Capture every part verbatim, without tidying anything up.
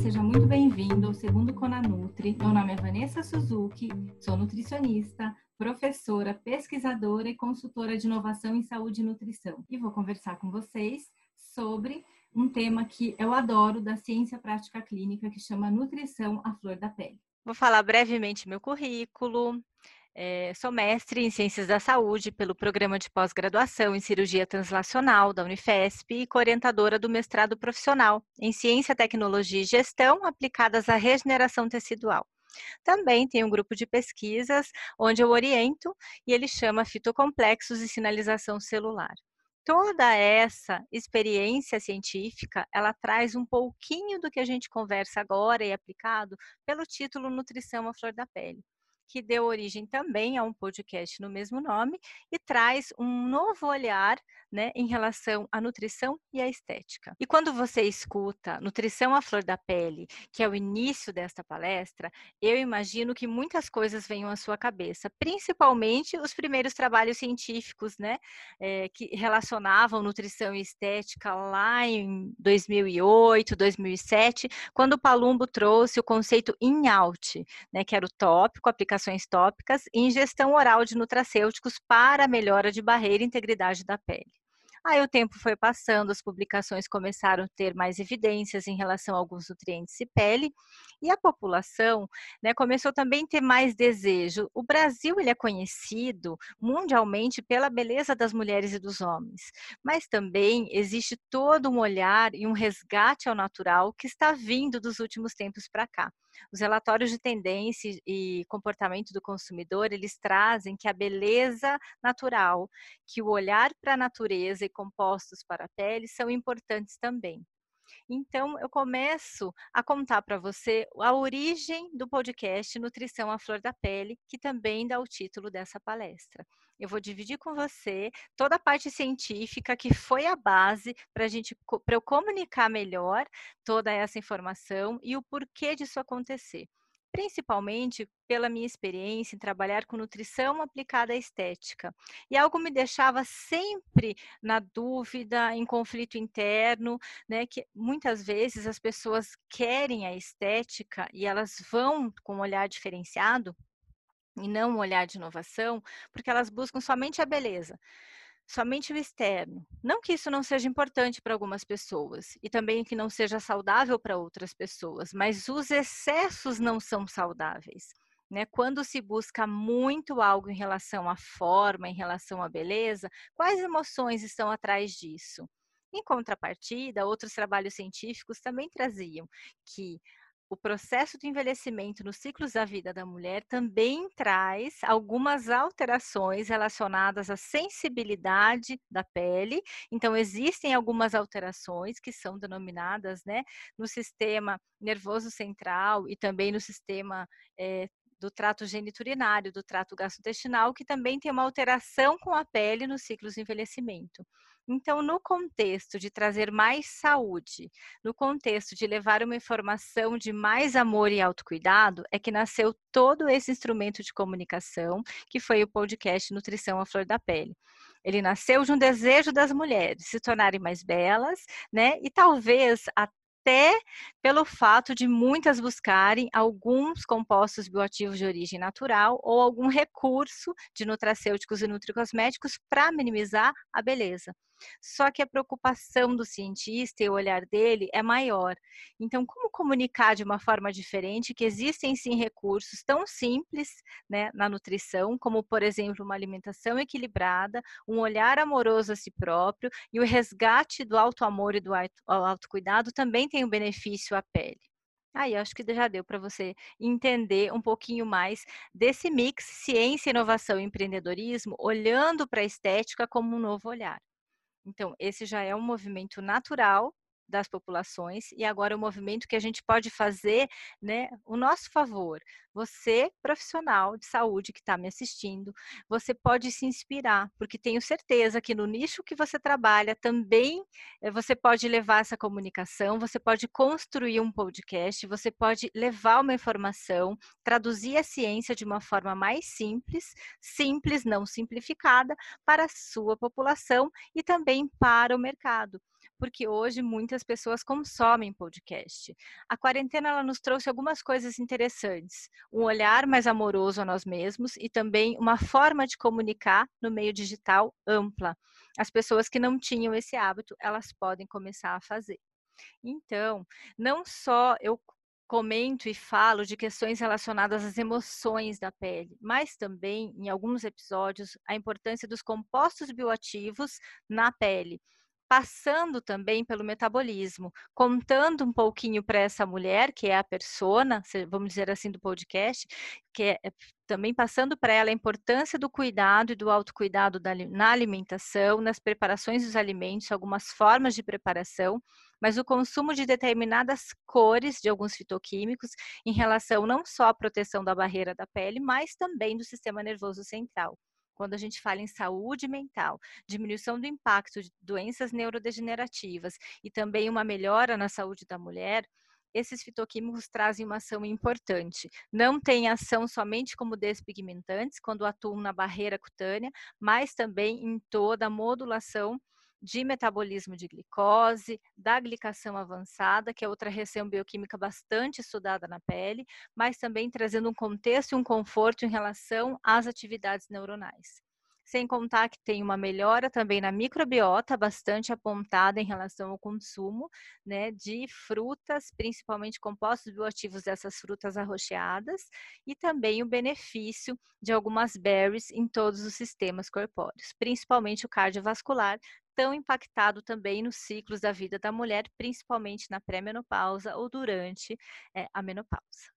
seja muito bem-vindo ao segundo Conanutri. Meu nome é Vanessa Suzuki, sou nutricionista, professora, pesquisadora e consultora de inovação em saúde e nutrição. E vou conversar com vocês sobre um tema que eu adoro da ciência prática clínica, que chama nutrição à flor da pele. Vou falar brevemente meu currículo. É, sou mestre em Ciências da Saúde pelo Programa de Pós-Graduação em Cirurgia Translacional da Unifesp e co-orientadora do mestrado profissional em Ciência, Tecnologia e Gestão aplicadas à regeneração tecidual. Também tem um grupo de pesquisas onde eu oriento e ele chama Fitocomplexos e Sinalização Celular. Toda essa experiência científica, ela traz um pouquinho do que a gente conversa agora e aplicado pelo título Nutrição à Flor da Pele, que deu origem também a um podcast no mesmo nome e traz um novo olhar, né, em relação à nutrição e à estética. E quando você escuta Nutrição à Flor da Pele, que é o início desta palestra, eu imagino que muitas coisas venham à sua cabeça, principalmente os primeiros trabalhos científicos, né, é, que relacionavam nutrição e estética lá em dois mil e oito, dois mil e sete, quando o Palumbo trouxe o conceito in-out, né, que era o tópico, aplicações tópicas e ingestão oral de nutracêuticos para a melhora de barreira e integridade da pele. Aí o tempo foi passando, as publicações começaram a ter mais evidências em relação a alguns nutrientes e pele, e a população, né, começou também a ter mais desejo. O Brasil ele é conhecido mundialmente pela beleza das mulheres e dos homens, mas também existe todo um olhar e um resgate ao natural que está vindo dos últimos tempos para cá. Os relatórios de tendência e comportamento do consumidor, eles trazem que a beleza natural, que o olhar para a natureza e compostos para a pele são importantes também. Então, eu começo a contar para você a origem do podcast Nutrição à Flor da Pele, que também dá o título dessa palestra. Eu vou dividir com você toda a parte científica que foi a base para a gente, para eu comunicar melhor toda essa informação e o porquê disso acontecer. Principalmente pela minha experiência em trabalhar com nutrição aplicada à estética. E algo me deixava sempre na dúvida, em conflito interno, né, que muitas vezes as pessoas querem a estética e elas vão com um olhar diferenciado e não um olhar de inovação, porque elas buscam somente a beleza, somente o externo. Não que isso não seja importante para algumas pessoas e também que não seja saudável para outras pessoas, mas os excessos não são saudáveis. Né? Quando se busca muito algo em relação à forma, em relação à beleza, quais emoções estão atrás disso? Em contrapartida, outros trabalhos científicos também traziam que o processo de envelhecimento nos ciclos da vida da mulher também traz algumas alterações relacionadas à sensibilidade da pele. Então, existem algumas alterações que são denominadas, né, no sistema nervoso central e também no sistema é, do trato geniturinário, do trato gastrointestinal, que também tem uma alteração com a pele nos ciclos de envelhecimento. Então, no contexto de trazer mais saúde, no contexto de levar uma informação de mais amor e autocuidado, é que nasceu todo esse instrumento de comunicação, que foi o podcast Nutrição à Flor da Pele. Ele nasceu de um desejo das mulheres se tornarem mais belas, né? E talvez até até pelo fato de muitas buscarem alguns compostos bioativos de origem natural ou algum recurso de nutracêuticos e nutricosméticos para minimizar a beleza. Só que a preocupação do cientista e o olhar dele é maior. Então, como comunicar de uma forma diferente que existem sim recursos tão simples, né, na nutrição, como, por exemplo, uma alimentação equilibrada, um olhar amoroso a si próprio e o resgate do auto-amor e do autocuidado também tem um benefício à pele. Aí, acho que já deu para você entender um pouquinho mais desse mix ciência, inovação e empreendedorismo, olhando para a estética como um novo olhar. Então, esse já é um movimento natural das populações e agora o movimento que a gente pode fazer, né, o nosso favor. Você, profissional de saúde que está me assistindo, você pode se inspirar, porque tenho certeza que no nicho que você trabalha também você pode levar essa comunicação, você pode construir um podcast, você pode levar uma informação, traduzir a ciência de uma forma mais simples, simples, não simplificada, para a sua população e também para o mercado. porque hoje muitas pessoas consomem podcast. A quarentena ela nos trouxe algumas coisas interessantes, um olhar mais amoroso a nós mesmos e também uma forma de comunicar no meio digital ampla. As pessoas que não tinham esse hábito, elas podem começar a fazer. Então, não só eu comento e falo de questões relacionadas às emoções da pele, mas também, em alguns episódios, a importância dos compostos bioativos na pele, passando também pelo metabolismo, contando um pouquinho para essa mulher, que é a persona, vamos dizer assim, do podcast, que é também passando para ela a importância do cuidado e do autocuidado na alimentação, nas preparações dos alimentos, algumas formas de preparação, mas o consumo de determinadas cores de alguns fitoquímicos em relação não só à proteção da barreira da pele, mas também do sistema nervoso central. Quando a gente fala em saúde mental, diminuição do impacto de doenças neurodegenerativas e também uma melhora na saúde da mulher, esses fitoquímicos trazem uma ação importante. Não tem ação somente como despigmentantes, quando atuam na barreira cutânea, mas também em toda a modulação de metabolismo de glicose, da glicação avançada, que é outra reação bioquímica bastante estudada na pele, mas também trazendo um contexto e um conforto em relação às atividades neuronais. Sem contar que tem uma melhora também na microbiota, bastante apontada em relação ao consumo, né, de frutas, principalmente compostos bioativos dessas frutas arroxeadas, e também o benefício de algumas berries em todos os sistemas corpóreos, principalmente o cardiovascular, tão impactado também nos ciclos da vida da mulher, principalmente na pré-menopausa ou durante é, a menopausa.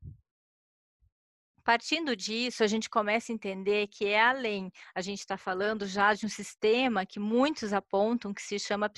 Partindo disso, a gente começa a entender que é além. A gente está falando já de um sistema que muitos apontam que se chama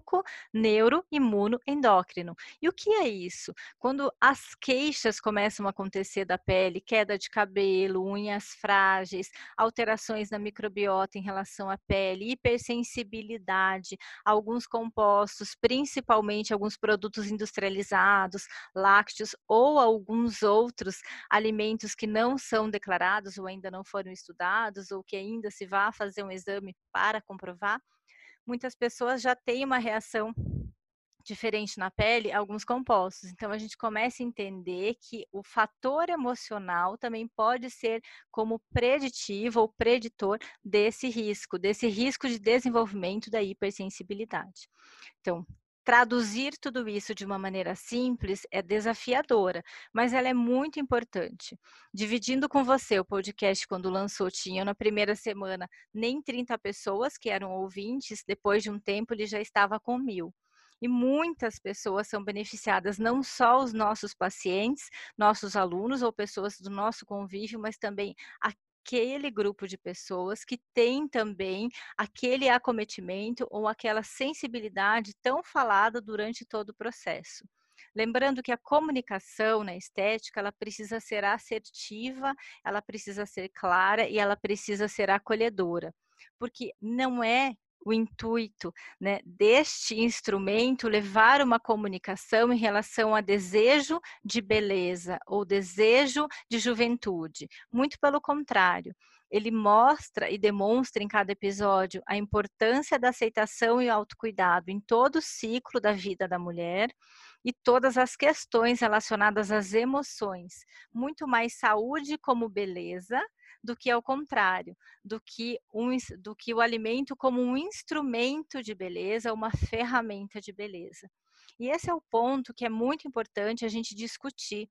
pseuconeuroimunoendócrino. E o que é isso? Quando as queixas começam a acontecer da pele, queda de cabelo, unhas frágeis, alterações na microbiota em relação à pele, hipersensibilidade, alguns compostos, principalmente alguns produtos industrializados, lácteos ou alguns outros alimentos que não são declarados ou ainda não foram estudados ou que ainda se vá fazer um exame para comprovar, muitas pessoas já têm uma reação diferente na pele a alguns compostos. Então, a gente começa a entender que o fator emocional também pode ser como preditivo ou preditor desse risco, desse risco de desenvolvimento da hipersensibilidade. Então, traduzir tudo isso de uma maneira simples é desafiadora, mas ela é muito importante. Dividindo com você o podcast quando lançou, tinha na primeira semana nem trinta pessoas que eram ouvintes, depois de um tempo ele já estava com mil. E muitas pessoas são beneficiadas, não só os nossos pacientes, nossos alunos ou pessoas do nosso convívio, mas também aquele grupo de pessoas que tem também aquele acometimento ou aquela sensibilidade tão falada durante todo o processo. Lembrando que a comunicação na estética, ela precisa ser assertiva, ela precisa ser clara e ela precisa ser acolhedora, porque não é o intuito, né, deste instrumento levar uma comunicação em relação a desejo de beleza ou desejo de juventude. Muito pelo contrário, ele mostra e demonstra em cada episódio a importância da aceitação e autocuidado em todo o ciclo da vida da mulher e todas as questões relacionadas às emoções. Muito mais saúde como beleza do que ao contrário, do que, um, do que o alimento como um instrumento de beleza, uma ferramenta de beleza. E esse é o ponto que é muito importante a gente discutir,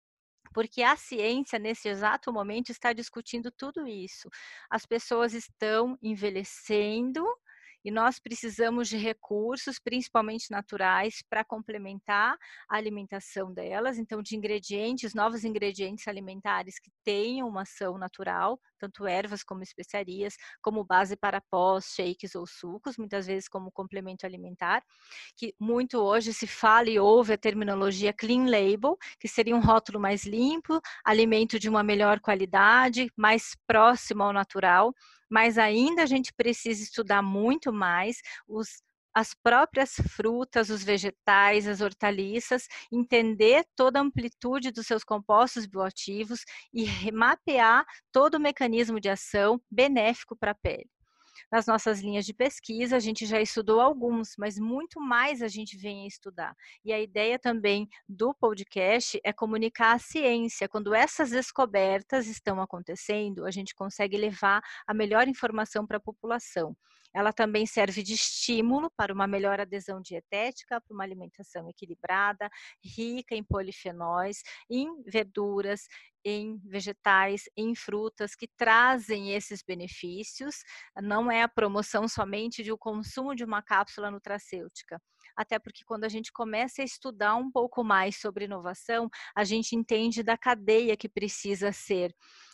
porque a ciência, nesse exato momento, está discutindo tudo isso. As pessoas estão envelhecendo e nós precisamos de recursos, principalmente naturais, para complementar a alimentação delas, então de ingredientes, novos ingredientes alimentares que tenham uma ação natural, tanto ervas como especiarias, como base para pós, shakes ou sucos, muitas vezes como complemento alimentar, que muito hoje se fala e ouve a terminologia clean label, que seria um rótulo mais limpo, alimento de uma melhor qualidade, mais próximo ao natural, mas ainda a gente precisa estudar muito mais os, as próprias frutas, os vegetais, as hortaliças, entender toda a amplitude dos seus compostos bioativos e mapear todo o mecanismo de ação benéfico para a pele. Nas nossas linhas de pesquisa, a gente já estudou alguns, mas muito mais a gente vem a estudar. E a ideia também do podcast é comunicar a ciência. Quando essas descobertas estão acontecendo, a gente consegue levar a melhor informação para a população. Ela também serve de estímulo para uma melhor adesão dietética, para uma alimentação equilibrada, rica em polifenóis, em verduras, em vegetais, em frutas que trazem esses benefícios. Não é a promoção somente de o consumo de uma cápsula nutracêutica. Até porque quando a gente começa a estudar um pouco mais sobre inovação, a gente entende da cadeia que precisa ser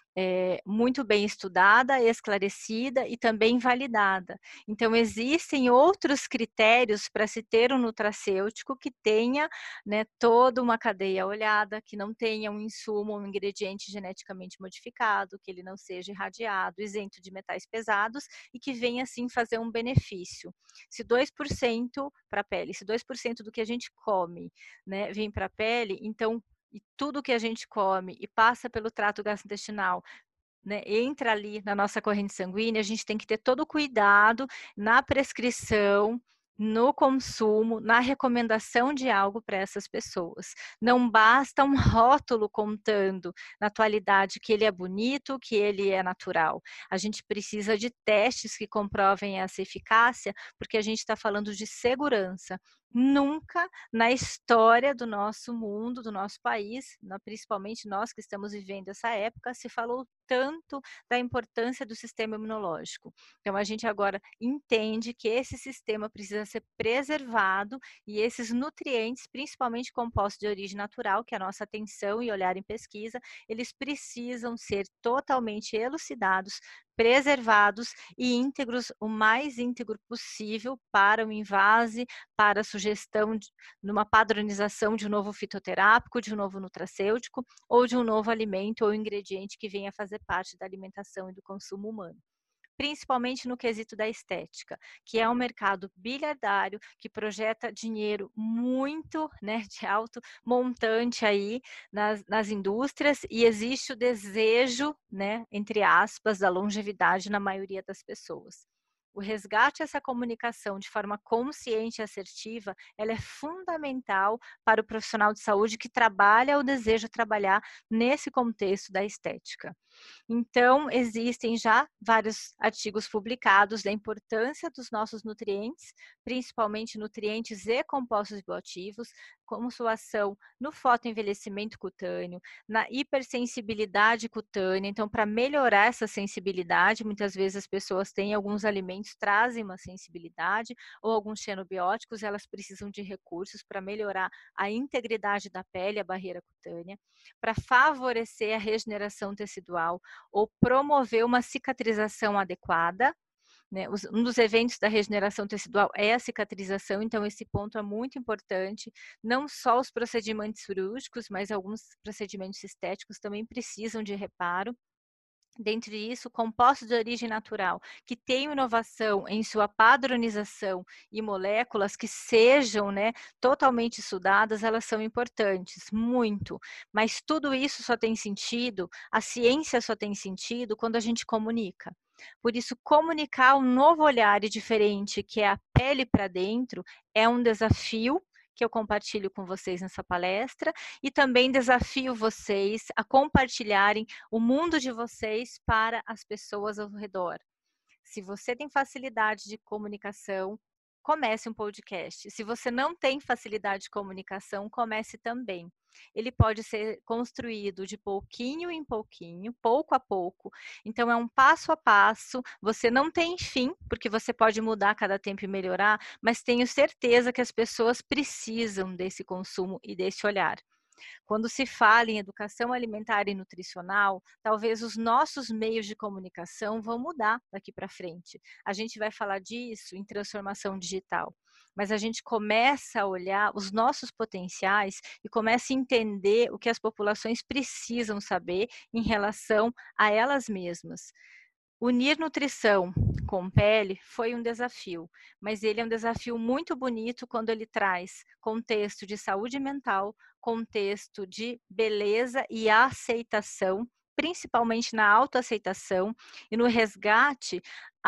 É, muito bem estudada, esclarecida e também validada. Então, existem outros critérios para se ter um nutracêutico que tenha, né, toda uma cadeia olhada, que não tenha um insumo, um ingrediente geneticamente modificado, que ele não seja irradiado, isento de metais pesados e que venha, assim, fazer um benefício. Se dois por cento para a pele, se dois por cento do que a gente come, né, vem para a pele, então e tudo que a gente come e passa pelo trato gastrointestinal, né, entra ali na nossa corrente sanguínea, a gente tem que ter todo o cuidado na prescrição, no consumo, na recomendação de algo para essas pessoas. Não basta um rótulo contando na atualidade que ele é bonito, que ele é natural. A gente precisa de testes que comprovem essa eficácia, porque a gente está falando de segurança. Nunca na história do nosso mundo, do nosso país, principalmente nós que estamos vivendo essa época, se falou tanto da importância do sistema imunológico. Então, a gente agora entende que esse sistema precisa ser preservado e esses nutrientes, principalmente compostos de origem natural, que é a nossa atenção e olhar em pesquisa, eles precisam ser totalmente elucidados, preservados e íntegros, o mais íntegro possível para o invase, para a sugestão de numa padronização de um novo fitoterápico, de um novo nutracêutico ou de um novo alimento ou ingrediente que venha fazer parte da alimentação e do consumo humano. Principalmente no quesito da estética, que é um mercado bilhardário que projeta dinheiro muito, né, de alto montante aí nas, nas indústrias e existe o desejo, né, entre aspas, da longevidade na maioria das pessoas. O resgate dessa comunicação de forma consciente e assertiva, ela é fundamental para o profissional de saúde que trabalha ou deseja trabalhar nesse contexto da estética. Então, existem já vários artigos publicados da importância dos nossos nutrientes, principalmente nutrientes e compostos bioativos, como sua ação no fotoenvelhecimento cutâneo, na hipersensibilidade cutânea. Então, para melhorar essa sensibilidade, muitas vezes as pessoas têm alguns alimentos, trazem uma sensibilidade, ou alguns xenobióticos, elas precisam de recursos para melhorar a integridade da pele, a barreira cutânea, para favorecer a regeneração tecidual, ou promover uma cicatrização adequada, né? Um dos eventos da regeneração tecidual é a cicatrização, então esse ponto é muito importante. Não só os procedimentos cirúrgicos, mas alguns procedimentos estéticos também precisam de reparo. Dentre isso, compostos de origem natural, que tenham inovação em sua padronização e moléculas que sejam, né, totalmente estudadas, elas são importantes, muito. Mas tudo isso só tem sentido, a ciência só tem sentido quando a gente comunica. Por isso, comunicar um novo olhar e diferente, que é a pele para dentro, é um desafio que eu compartilho com vocês nessa palestra e também desafio vocês a compartilharem o mundo de vocês para as pessoas ao redor. Se você tem facilidade de comunicação, comece um podcast. Se você não tem facilidade de comunicação, comece também. Ele pode ser construído de pouquinho em pouquinho, pouco a pouco. Então, é um passo a passo. Você não tem fim, porque você pode mudar a cada tempo e melhorar, mas tenho certeza que as pessoas precisam desse consumo e desse olhar. Quando se fala em educação alimentar e nutricional, talvez os nossos meios de comunicação vão mudar daqui para frente. A gente vai falar disso em transformação digital, mas a gente começa a olhar os nossos potenciais e começa a entender o que as populações precisam saber em relação a elas mesmas. Unir nutrição com pele foi um desafio, mas ele é um desafio muito bonito quando ele traz contexto de saúde mental, contexto de beleza e aceitação, principalmente na autoaceitação e no resgate a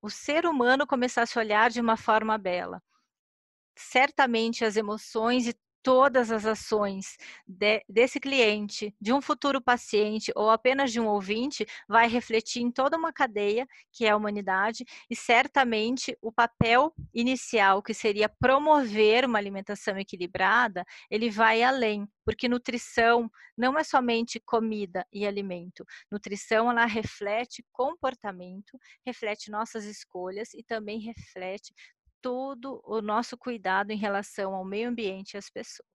o ser humano começar a se olhar de uma forma bela. Certamente as emoções e todas as ações de, desse cliente, de um futuro paciente ou apenas de um ouvinte, vai refletir em toda uma cadeia que é a humanidade, e certamente o papel inicial, que seria promover uma alimentação equilibrada, ele vai além, porque nutrição não é somente comida e alimento. Nutrição, ela reflete comportamento, reflete nossas escolhas e também reflete todo o nosso cuidado em relação ao meio ambiente e às pessoas.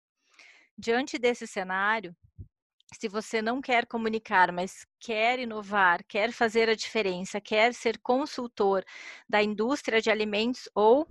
Diante desse cenário, se você não quer comunicar, mas quer inovar, quer fazer a diferença, quer ser consultor da indústria de alimentos ou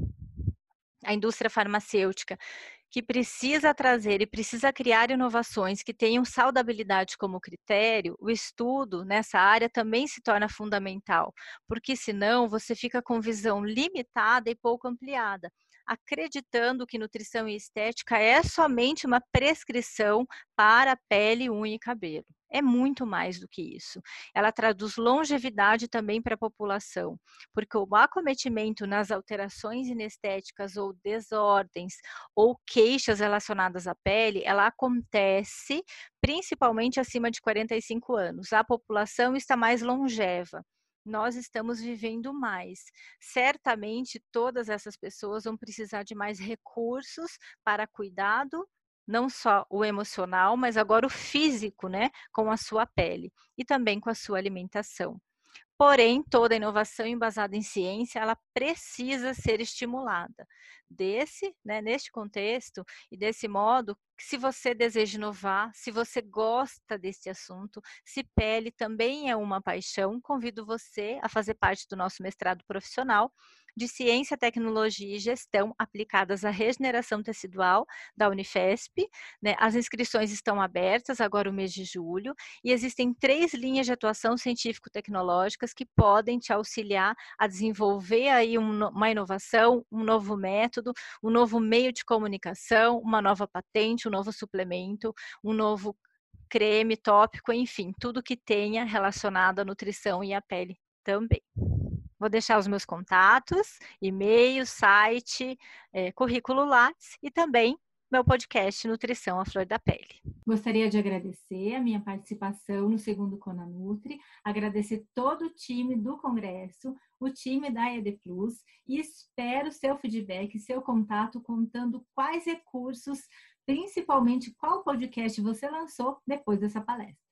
a indústria farmacêutica, que precisa trazer e precisa criar inovações que tenham saudabilidade como critério, o estudo nessa área também se torna fundamental, porque senão você fica com visão limitada e pouco ampliada, acreditando que nutrição e estética é somente uma prescrição para pele, unha e cabelo. É muito mais do que isso. Ela traduz longevidade também para a população, porque o acometimento nas alterações inestéticas ou desordens ou queixas relacionadas à pele, ela acontece principalmente acima de quarenta e cinco anos. A população está mais longeva. Nós estamos vivendo mais. Certamente todas essas pessoas vão precisar de mais recursos para cuidado, não só o emocional, mas agora o físico, né, com a sua pele e também com a sua alimentação. Porém, toda inovação embasada em ciência, ela precisa ser estimulada. Desse, né, neste contexto e desse modo, se você deseja inovar, se você gosta desse assunto, se pele também é uma paixão, convido você a fazer parte do nosso mestrado profissional de Ciência, Tecnologia e Gestão aplicadas à regeneração tecidual da Unifesp. Né? As inscrições estão abertas agora o mês de julho e existem três linhas de atuação científico-tecnológicas que podem te auxiliar a desenvolver aí um, uma inovação, um novo método, um novo meio de comunicação, uma nova patente, um novo suplemento, um novo creme tópico, enfim, tudo que tenha relacionado à nutrição e à pele também. Vou deixar os meus contatos, e-mail, site, é, currículo Lattes e também meu podcast Nutrição à Flor da Pele. Gostaria de agradecer a minha participação no segundo Conanutri, agradecer todo o time do Congresso, o time da E A D Plus, e espero seu feedback, seu contato, contando quais recursos, principalmente qual podcast você lançou depois dessa palestra.